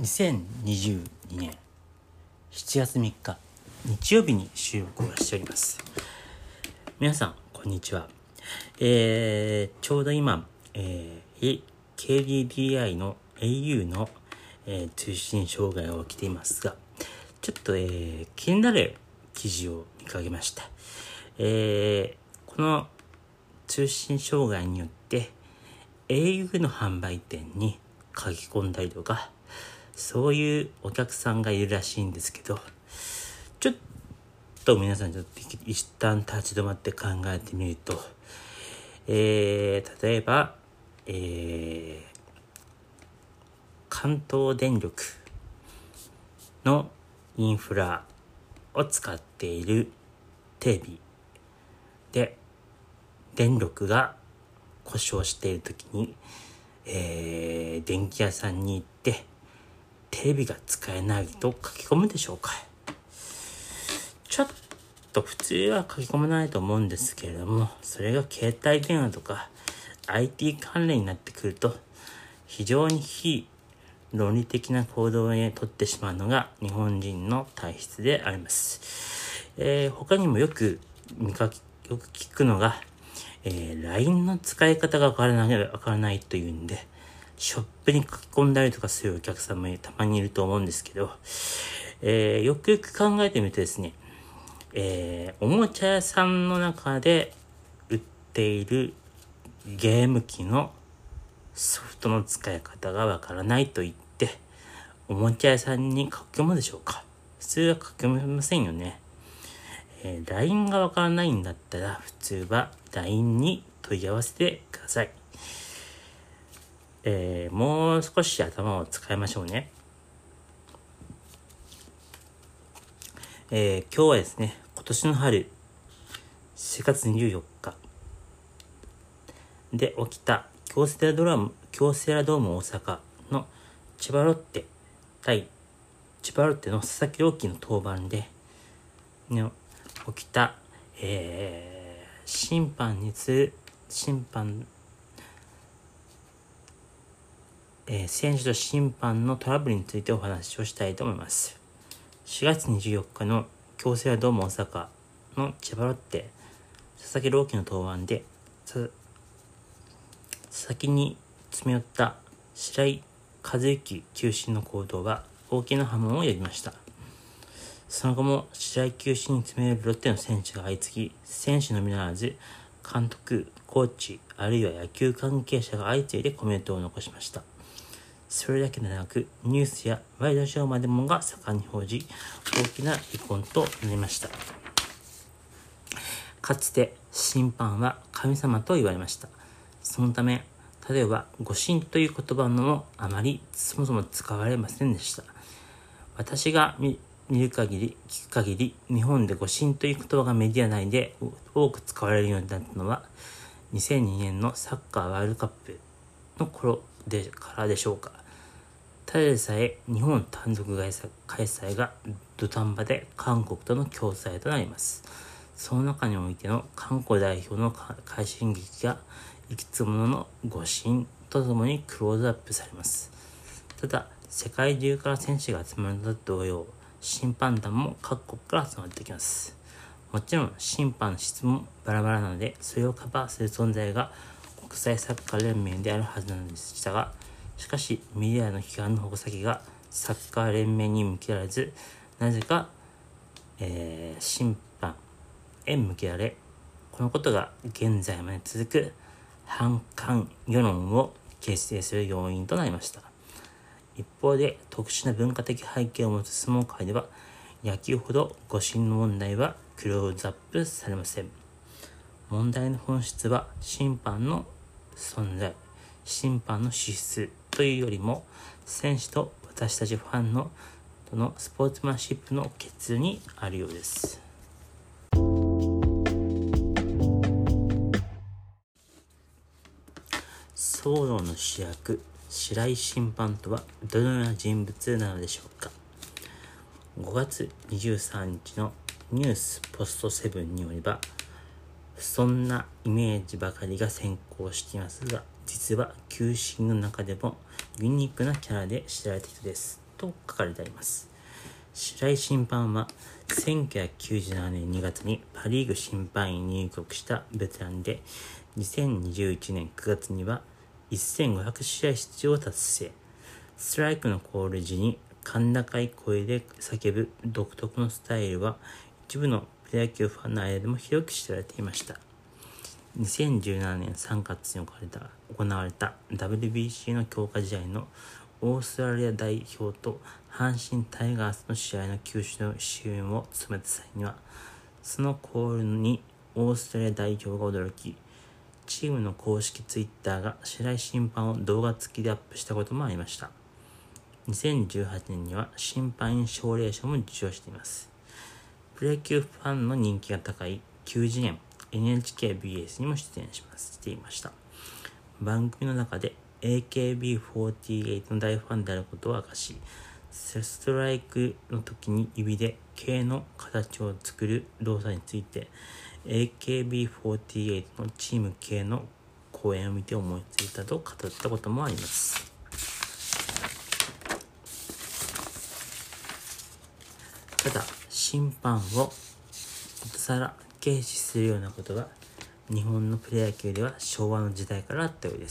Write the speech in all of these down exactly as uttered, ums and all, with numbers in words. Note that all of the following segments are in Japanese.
にせんにじゅうにねんしちがつみっか日曜日に収録をしております。皆さんこんにちは。えー、ちょうど今、えー、ケーディーディーアイ の エーユー の、えー、通信障害が起きていますが、ちょっと、えー、気になる記事を見かけました。えー、この通信障害によって エーユー の販売店に書き込んだりとか、そういうお客さんがいるらしいんですけど、ちょっと皆さんちょっと一旦立ち止まって考えてみると、えー、例えば、えー、関東電力のインフラを使っているテレビで電力が故障しているときに、えー、電気屋さんに行ってテレビが使えないと書き込むでしょうか。ちょっと普通は書き込まないと思うんですけれども、それが携帯電話とか アイティー 関連になってくると非常に非論理的な行動を取ってしまうのが日本人の体質であります。えー、他にもよく見かけよく聞くのが、えー、ライン の使い方がわからない、わからないというんで、ショップに書き込んだりとかするお客さんもたまにいると思うんですけど、えー、よくよく考えてみるとですね、えー、おもちゃ屋さんの中で売っているゲーム機のソフトの使い方がわからないと言って、おもちゃ屋さんに書き込むでしょうか。普通は書き込めませんよね。えー、ライン がわからないんだったら、普通は ライン に問い合わせてください。えー、もう少し頭を使いましょうね。えー、今日はですね、今年の春、しがつにじゅうよっかで起きた京セラドラム、京セラドーム大阪の千葉ロッテ対千葉ロッテの佐々木朗希の登板で、ね、起きた、えー、審判につる審判えー、選手と審判のトラブルについてお話をしたいと思います。しがつにじゅうよっかの京セラドーム大阪の千葉ロッテ佐々木朗希の登板で、佐々木に詰め寄った白井一幸球審の行動は大きな波紋を呼びました。その後も白井球審に詰め寄るロッテの選手が相次ぎ、選手のみならず監督、コーチ、あるいは野球関係者が相次いでコメントを残しました。それだけでなく、ニュースやワイドショーまでもが盛んに報じ、大きな離婚となりました。かつて審判は神様と言われました。そのため、例えば誤審という言葉もあまりそもそも使われませんでした。私が 見, 見る限り、聞く限り、日本で誤審という言葉がメディア内で多く使われるようになったのは、にせんにねんのサッカーワールドカップの頃でからでしょうか。ただでさえ日本単独開催が土壇場で韓国との共催となります。その中においての韓国代表の快進撃がいくつもの誤審とともにクローズアップされます。ただ世界中から選手が集まるのと同様、審判団も各国から集まってきます。もちろん審判の質もバラバラなので、それをカバーする存在が国際サッカー連盟であるはずなのでしたが、しかしメディアの批判の矛先がサッカー連盟に向けられず、なぜか、えー、審判へ向けられ、このことが現在まで続く反韓世論を形成する要因となりました。一方で特殊な文化的背景を持つ相撲界では、野球ほど誤審の問題はクローズアップされません。問題の本質は審判の存在、審判の資質というよりも、選手と私たちファンのとのスポーツマンシップの欠にあるようです。騒動の主役、白井審判とはどのような人物なのでしょうか。ごがつにじゅうさんにちのニュースポストセブンによれば、そんなイメージばかりが先行していますが、実は球審の中でもユニークなキャラで知られた人です。 と書かれてあります。白井審判はせんきゅうひゃくきゅうじゅうななねんにがつにパ・リーグ審判員に入国したベテランで、にせんにじゅういちねんくがつにはせんごひゃくしあい出場を達成。ストライクのコール時に甲高い声で叫ぶ独特のスタイルは一部のプロ野球ファンの間でも広く知られていました。にせんじゅうななねんさんがつに行われた、行われた ダブリュービーシー の強化試合のオーストラリア代表と阪神タイガースの試合の球種の支援を務めた際には、そのコールにオーストラリア代表が驚き、チームの公式ツイッターが白井審判を動画付きでアップしたこともありました。にせんじゅうはちねんには審判員奨励賞も受賞しています。プロ野球ファンの人気が高いきゅうじねん エヌエイチケービーエス にも出演します、していました。番組の中で エーケービーフォーティーエイト の大ファンであることを明かし、ストライクの時に指で K の形を作る動作について エーケービーフォーティーエイト のチーム K の公演を見て思いついたと語ったこともあります。ただ、審判をことさら軽視するようなことが日本のプロ野球では昭和の時代からあったようです。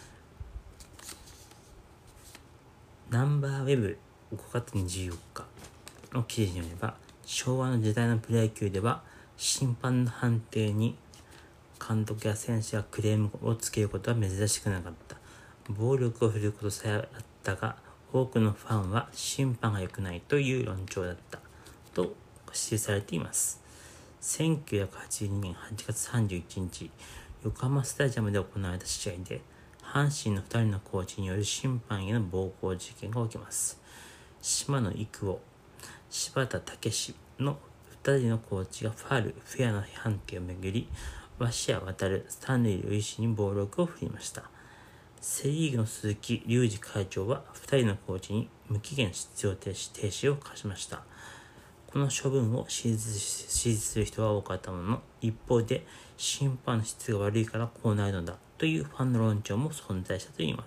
ナンバーウェブごがつにじゅうよっかの記事によれば、昭和の時代のプロ野球では審判の判定に監督や選手がクレームをつけることは珍しくなかった。暴力を振るうことさえあったが、多くのファンは審判が良くないという論調だったと記されています。せんきゅうひゃくはちじゅうにねんはちがつさんじゅういちにち、横浜スタジアムで行われた試合で、阪神のふたりのコーチによる審判への暴行事件が起きます。島野育夫、柴田武史のふたりのコーチがファウル、フェアな判定をめぐり、鷲谷航、スタンレー塁審に暴力を振りました。セリーグの鈴木隆二会長はふたりのコーチに無期限出場停止停止を課しました。この処分を支持する人は多かったものの、一方で審判の質が悪いからこうなるのだというファンの論調も存在したといいます。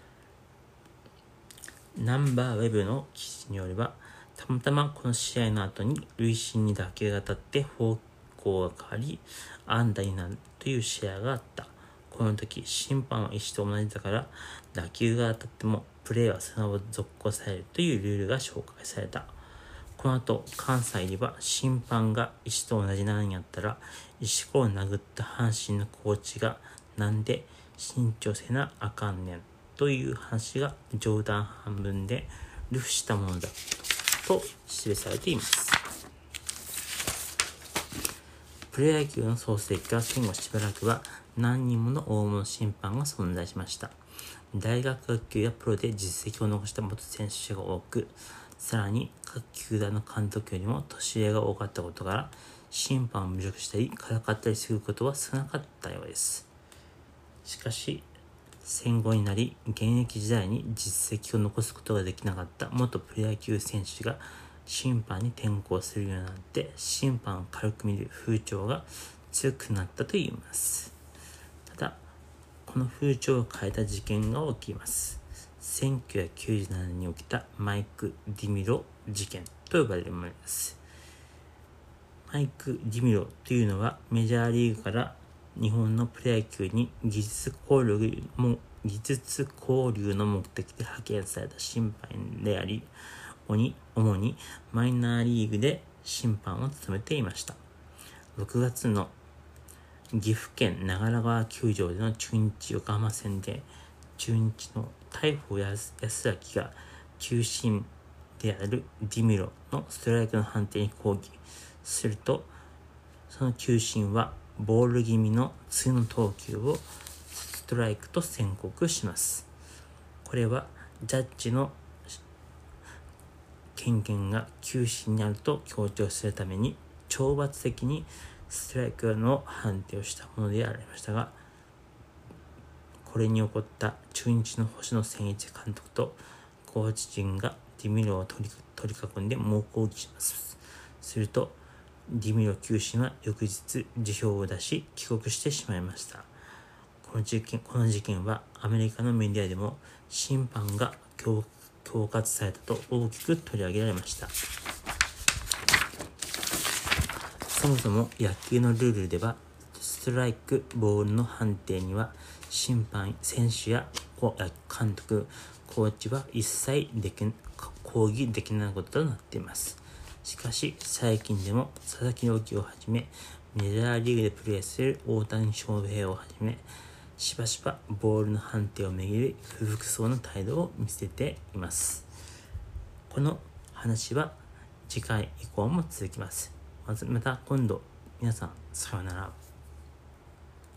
ナンバーウェブの記事によれば、たまたまこの試合の後に塁審に打球が当たって方向が変わり安打になるという試合があった。この時審判は石と同じだから、打球が当たってもプレーはそのまま続行されるというルールが紹介された。この後関西では審判が石と同じなんやったら、石子を殴った阪神のコーチがなんで慎重せなあかんねんという話が冗談半分で流布したものだと記されています。プロ野球の創世期は戦後しばらくは何人もの大物審判が存在しました。大学学級やプロで実績を残した元選手が多く、さらに各球団の監督よりも年上が多かったことから、審判を侮辱したりからかったりすることは少なかったようです。しかし戦後になり、現役時代に実績を残すことができなかった元プロ野球選手が審判に転向するようになって、審判を軽く見る風潮が強くなったといいます。ただ、この風潮を変えた事件が起きます。せんきゅうひゃくきゅうじゅうななねんに起きたマイク・ディミロ事件と呼ばれるものです。マイク・ディミロというのはメジャーリーグから日本のプロ野球に技術交流も技術交流の目的で派遣された審判員であり、主にマイナーリーグで審判を務めていました。ろくがつの岐阜県長良川球場での中日横浜戦で、中日の大鵬康明が球審であるディミロのストライクの判定に抗議すると、その球審はボール気味の次の投球をストライクと宣告します。これはジャッジの権限が球審にあると強調するために懲罰的にストライクの判定をしたものでありましたが、これに起こった中日の星野千一監督とコーチ陣がディミロを取り、取り囲んで猛抗議します。するとディミロ球審は翌日辞表を出し帰国してしまいました。この事件、この事件はアメリカのメディアでも審判が強統括されたと大きく取り上げられました。そもそも野球のルールでは、ストライク、ボールの判定には審判、選手や監督、コーチは一切でき抗議できないこととなっています。しかし最近でも佐々木朗希をはじめ、メジャーリーグでプレーする大谷翔平をはじめ、しばしばボールの判定をめぐり不服そうな態度を見せています。この話は次回以降も続きます。まずまた今度、皆さんさようなら。